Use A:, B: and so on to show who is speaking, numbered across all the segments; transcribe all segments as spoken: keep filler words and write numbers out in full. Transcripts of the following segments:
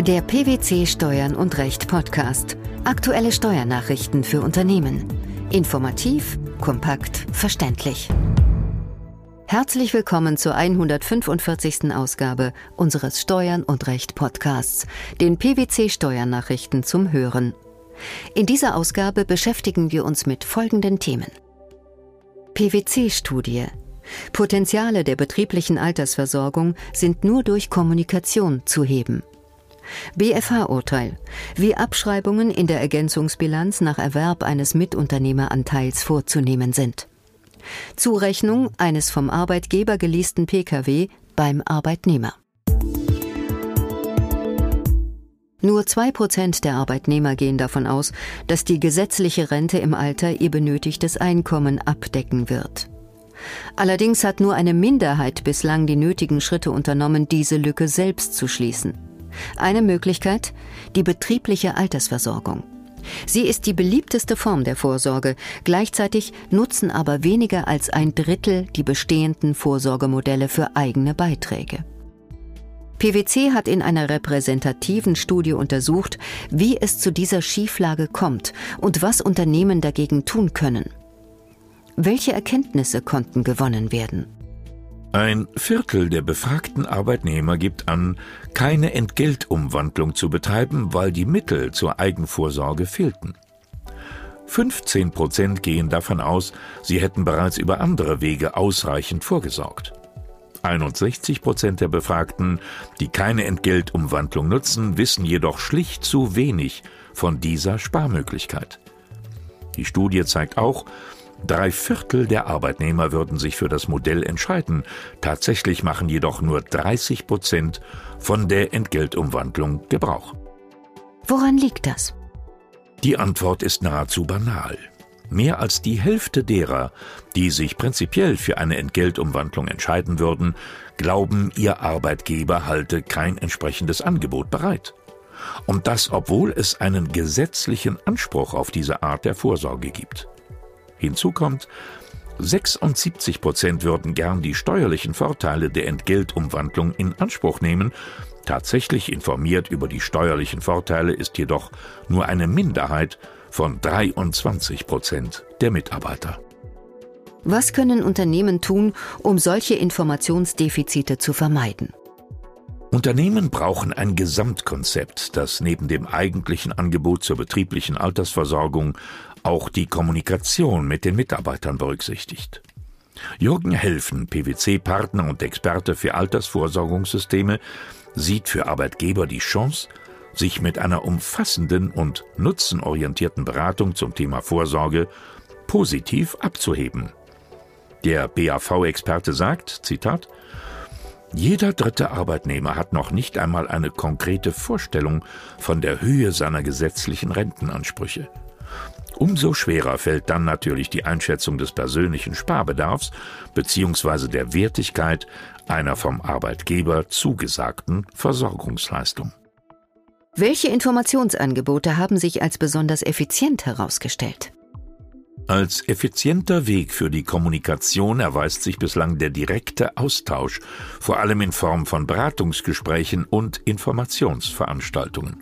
A: Der P W C Steuern und Recht Podcast. Aktuelle Steuernachrichten für Unternehmen. Informativ, kompakt, verständlich. Herzlich willkommen zur hundertfünfundvierzigsten Ausgabe unseres Steuern und Recht Podcasts, den P W C Steuernachrichten zum Hören. In dieser Ausgabe beschäftigen wir uns mit folgenden Themen. P W C-Studie. Potenziale der betrieblichen Altersversorgung sind nur durch Kommunikation zu heben. B F H-Urteil, wie Abschreibungen in der Ergänzungsbilanz nach Erwerb eines Mitunternehmeranteils vorzunehmen sind. Zurechnung eines vom Arbeitgeber geleasten P K W beim Arbeitnehmer. Nur zwei Prozent der Arbeitnehmer gehen davon aus, dass die gesetzliche Rente im Alter ihr benötigtes Einkommen abdecken wird. Allerdings hat nur eine Minderheit bislang die nötigen Schritte unternommen, diese Lücke selbst zu schließen. Eine Möglichkeit: die betriebliche Altersversorgung. Sie ist die beliebteste Form der Vorsorge, gleichzeitig nutzen aber weniger als ein Drittel die bestehenden Vorsorgemodelle für eigene Beiträge. P W C hat in einer repräsentativen Studie untersucht, wie es zu dieser Schieflage kommt und was Unternehmen dagegen tun können. Welche Erkenntnisse konnten gewonnen werden?
B: Ein Viertel der befragten Arbeitnehmer gibt an, keine Entgeltumwandlung zu betreiben, weil die Mittel zur Eigenvorsorge fehlten. fünfzehn Prozent gehen davon aus, sie hätten bereits über andere Wege ausreichend vorgesorgt. einundsechzig Prozent der Befragten, die keine Entgeltumwandlung nutzen, wissen jedoch schlicht zu wenig von dieser Sparmöglichkeit. Die Studie zeigt auch, Drei Viertel der Arbeitnehmer würden sich für das Modell entscheiden. Tatsächlich machen jedoch nur dreißig Prozent von der Entgeltumwandlung Gebrauch.
A: Woran liegt das?
B: Die Antwort ist nahezu banal. Mehr als die Hälfte derer, die sich prinzipiell für eine Entgeltumwandlung entscheiden würden, glauben, ihr Arbeitgeber halte kein entsprechendes Angebot bereit. Und das, obwohl es einen gesetzlichen Anspruch auf diese Art der Vorsorge gibt. Hinzu kommt, sechsundsiebzig Prozent würden gern die steuerlichen Vorteile der Entgeltumwandlung in Anspruch nehmen. Tatsächlich informiert über die steuerlichen Vorteile ist jedoch nur eine Minderheit von dreiundzwanzig Prozent der Mitarbeiter.
A: Was können Unternehmen tun, um solche Informationsdefizite zu vermeiden?
B: Unternehmen brauchen ein Gesamtkonzept, das neben dem eigentlichen Angebot zur betrieblichen Altersversorgung auch die Kommunikation mit den Mitarbeitern berücksichtigt. Jürgen Helfen, P W C-Partner und Experte für Altersvorsorgungssysteme, sieht für Arbeitgeber die Chance, sich mit einer umfassenden und nutzenorientierten Beratung zum Thema Vorsorge positiv abzuheben. Der B A V-Experte sagt, Zitat, jeder dritte Arbeitnehmer hat noch nicht einmal eine konkrete Vorstellung von der Höhe seiner gesetzlichen Rentenansprüche. Umso schwerer fällt dann natürlich die Einschätzung des persönlichen Sparbedarfs bzw. der Wertigkeit einer vom Arbeitgeber zugesagten Versorgungsleistung.
A: Welche Informationsangebote haben sich als besonders effizient herausgestellt?
B: Als effizienter Weg für die Kommunikation erweist sich bislang der direkte Austausch, vor allem in Form von Beratungsgesprächen und Informationsveranstaltungen.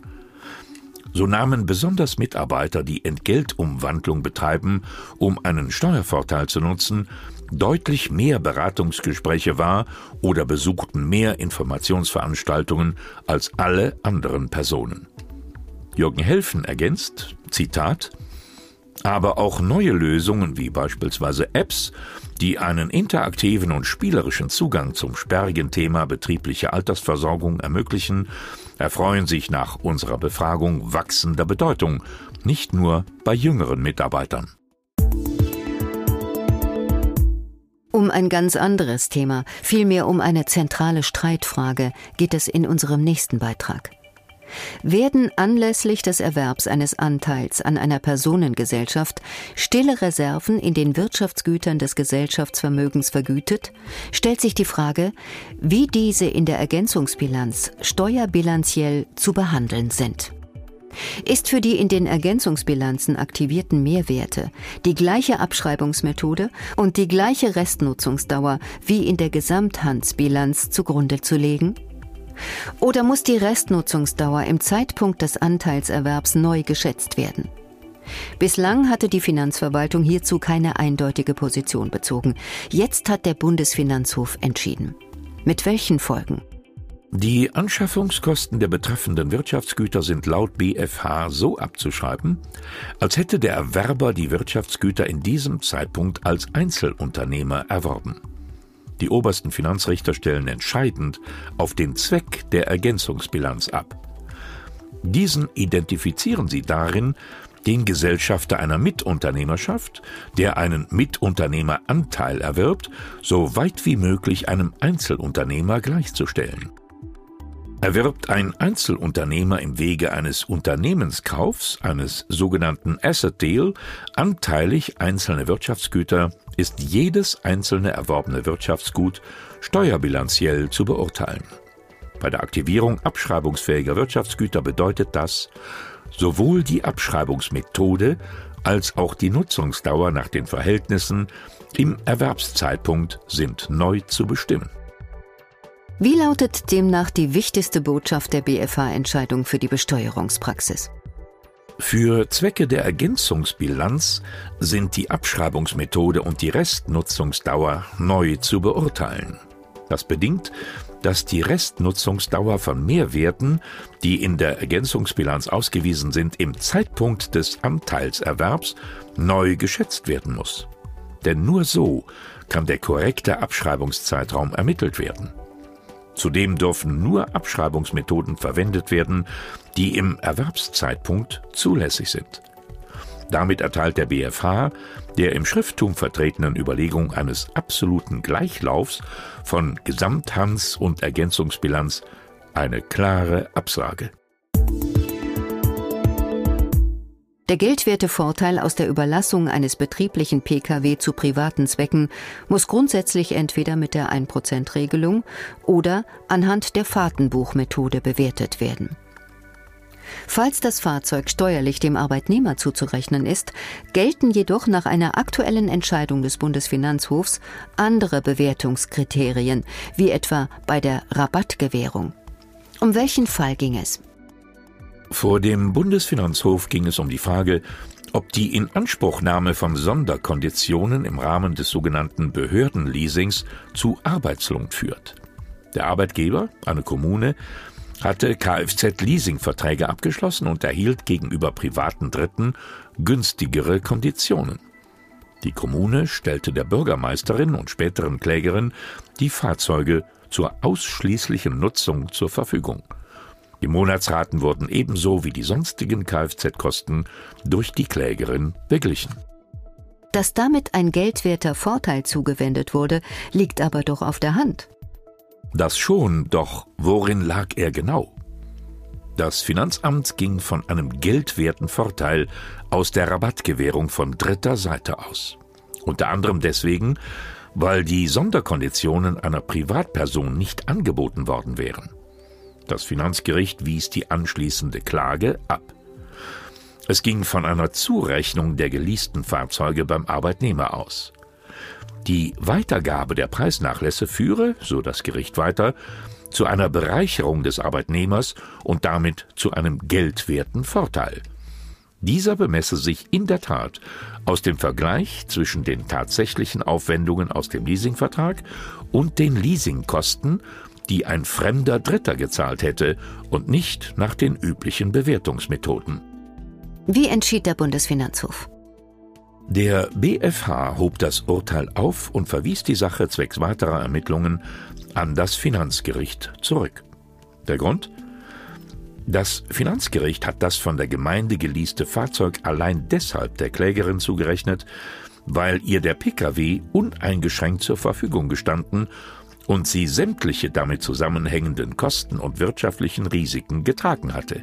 B: So nahmen besonders Mitarbeiter, die Entgeltumwandlung betreiben, um einen Steuervorteil zu nutzen, deutlich mehr Beratungsgespräche wahr oder besuchten mehr Informationsveranstaltungen als alle anderen Personen. Jürgen Helfen ergänzt, Zitat, aber auch neue Lösungen wie beispielsweise Apps, die einen interaktiven und spielerischen Zugang zum sperrigen Thema betriebliche Altersversorgung ermöglichen, erfreuen sich nach unserer Befragung wachsender Bedeutung, nicht nur bei jüngeren Mitarbeitern.
A: Um ein ganz anderes Thema, vielmehr um eine zentrale Streitfrage, geht es in unserem nächsten Beitrag. Werden anlässlich des Erwerbs eines Anteils an einer Personengesellschaft stille Reserven in den Wirtschaftsgütern des Gesellschaftsvermögens vergütet, stellt sich die Frage, wie diese in der Ergänzungsbilanz steuerbilanziell zu behandeln sind. Ist für die in den Ergänzungsbilanzen aktivierten Mehrwerte die gleiche Abschreibungsmethode und die gleiche Restnutzungsdauer wie in der Gesamthandsbilanz zugrunde zu legen? Oder muss die Restnutzungsdauer im Zeitpunkt des Anteilserwerbs neu geschätzt werden? Bislang hatte die Finanzverwaltung hierzu keine eindeutige Position bezogen. Jetzt hat der Bundesfinanzhof entschieden. Mit welchen Folgen?
B: Die Anschaffungskosten der betreffenden Wirtschaftsgüter sind laut B F H so abzuschreiben, als hätte der Erwerber die Wirtschaftsgüter in diesem Zeitpunkt als Einzelunternehmer erworben. Die obersten Finanzrichter stellen entscheidend auf den Zweck der Ergänzungsbilanz ab. Diesen identifizieren sie darin, den Gesellschafter einer Mitunternehmerschaft, der einen Mitunternehmeranteil erwirbt, so weit wie möglich einem Einzelunternehmer gleichzustellen. Erwirbt ein Einzelunternehmer im Wege eines Unternehmenskaufs, eines sogenannten Asset Deal, anteilig einzelne Wirtschaftsgüter, ist jedes einzelne erworbene Wirtschaftsgut steuerbilanziell zu beurteilen. Bei der Aktivierung abschreibungsfähiger Wirtschaftsgüter bedeutet das, sowohl die Abschreibungsmethode als auch die Nutzungsdauer nach den Verhältnissen im Erwerbszeitpunkt sind neu zu bestimmen.
A: Wie lautet demnach die wichtigste Botschaft der B F H-Entscheidung für die Besteuerungspraxis?
B: Für Zwecke der Ergänzungsbilanz sind die Abschreibungsmethode und die Restnutzungsdauer neu zu beurteilen. Das bedingt, dass die Restnutzungsdauer von Mehrwerten, die in der Ergänzungsbilanz ausgewiesen sind, im Zeitpunkt des Anteilserwerbs neu geschätzt werden muss. Denn nur so kann der korrekte Abschreibungszeitraum ermittelt werden. Zudem dürfen nur Abschreibungsmethoden verwendet werden, die im Erwerbszeitpunkt zulässig sind. Damit erteilt der B F H der im Schrifttum vertretenen Überlegung eines absoluten Gleichlaufs von Gesamthans- und Ergänzungsbilanz eine klare Absage.
A: Der Geldwertevorteil aus der Überlassung eines betrieblichen P K W zu privaten Zwecken muss grundsätzlich entweder mit der ein Prozent Regelung oder anhand der Fahrtenbuchmethode bewertet werden. Falls das Fahrzeug steuerlich dem Arbeitnehmer zuzurechnen ist, gelten jedoch nach einer aktuellen Entscheidung des Bundesfinanzhofs andere Bewertungskriterien, wie etwa bei der Rabattgewährung. Um welchen Fall ging es?
B: Vor dem Bundesfinanzhof ging es um die Frage, ob die Inanspruchnahme von Sonderkonditionen im Rahmen des sogenannten Behördenleasings zu Arbeitslohn führt. Der Arbeitgeber, eine Kommune, hatte Kfz-Leasingverträge abgeschlossen und erhielt gegenüber privaten Dritten günstigere Konditionen. Die Kommune stellte der Bürgermeisterin und späteren Klägerin die Fahrzeuge zur ausschließlichen Nutzung zur Verfügung. Die Monatsraten wurden ebenso wie die sonstigen Kfz-Kosten durch die Klägerin beglichen.
A: Dass damit ein geldwerter Vorteil zugewendet wurde, liegt aber doch auf der Hand.
B: Das schon, doch worin lag er genau? Das Finanzamt ging von einem geldwerten Vorteil aus der Rabattgewährung von dritter Seite aus. Unter anderem deswegen, weil die Sonderkonditionen einer Privatperson nicht angeboten worden wären. Das Finanzgericht wies die anschließende Klage ab. Es ging von einer Zurechnung der geleasten Fahrzeuge beim Arbeitnehmer aus. Die Weitergabe der Preisnachlässe führe, so das Gericht weiter, zu einer Bereicherung des Arbeitnehmers und damit zu einem geldwerten Vorteil. Dieser bemesse sich in der Tat aus dem Vergleich zwischen den tatsächlichen Aufwendungen aus dem Leasingvertrag und den Leasingkosten, die ein fremder Dritter gezahlt hätte und nicht nach den üblichen Bewertungsmethoden.
A: Wie entschied der Bundesfinanzhof?
B: Der B F H hob das Urteil auf und verwies die Sache zwecks weiterer Ermittlungen an das Finanzgericht zurück. Der Grund? Das Finanzgericht hat das von der Gemeinde geleaste Fahrzeug allein deshalb der Klägerin zugerechnet, weil ihr der P K W uneingeschränkt zur Verfügung gestanden und sie sämtliche damit zusammenhängenden Kosten und wirtschaftlichen Risiken getragen hatte.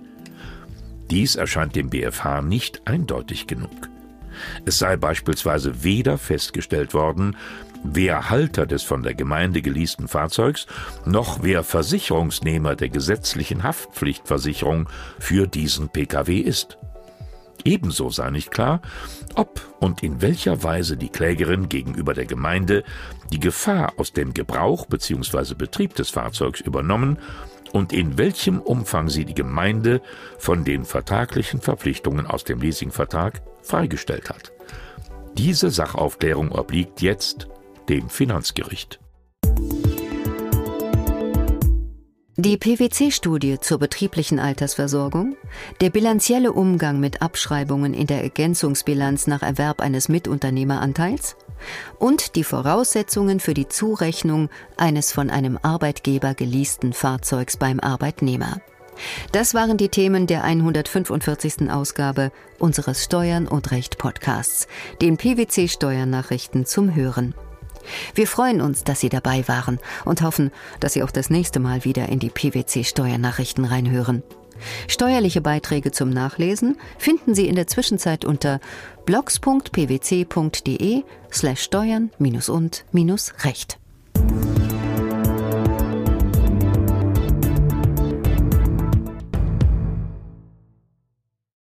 B: Dies erscheint dem B F H nicht eindeutig genug. Es sei beispielsweise weder festgestellt worden, wer Halter des von der Gemeinde geleasten Fahrzeugs, noch wer Versicherungsnehmer der gesetzlichen Haftpflichtversicherung für diesen P K W ist. Ebenso sei nicht klar, ob und in welcher Weise die Klägerin gegenüber der Gemeinde die Gefahr aus dem Gebrauch bzw. Betrieb des Fahrzeugs übernommen und in welchem Umfang sie die Gemeinde von den vertraglichen Verpflichtungen aus dem Leasingvertrag freigestellt hat. Diese Sachaufklärung obliegt jetzt dem Finanzgericht.
A: Die P W C-Studie zur betrieblichen Altersversorgung, der bilanzielle Umgang mit Abschreibungen in der Ergänzungsbilanz nach Erwerb eines Mitunternehmeranteils und die Voraussetzungen für die Zurechnung eines von einem Arbeitgeber geleasten Fahrzeugs beim Arbeitnehmer. Das waren die Themen der hundertfünfundvierzigsten Ausgabe unseres Steuern und Recht Podcasts, den P W C-Steuernachrichten zum Hören. Wir freuen uns, dass Sie dabei waren und hoffen, dass Sie auch das nächste Mal wieder in die P W C-Steuernachrichten reinhören. Steuerliche Beiträge zum Nachlesen finden Sie in der Zwischenzeit unter blogs punkt p w c punkt d e slash steuern und recht.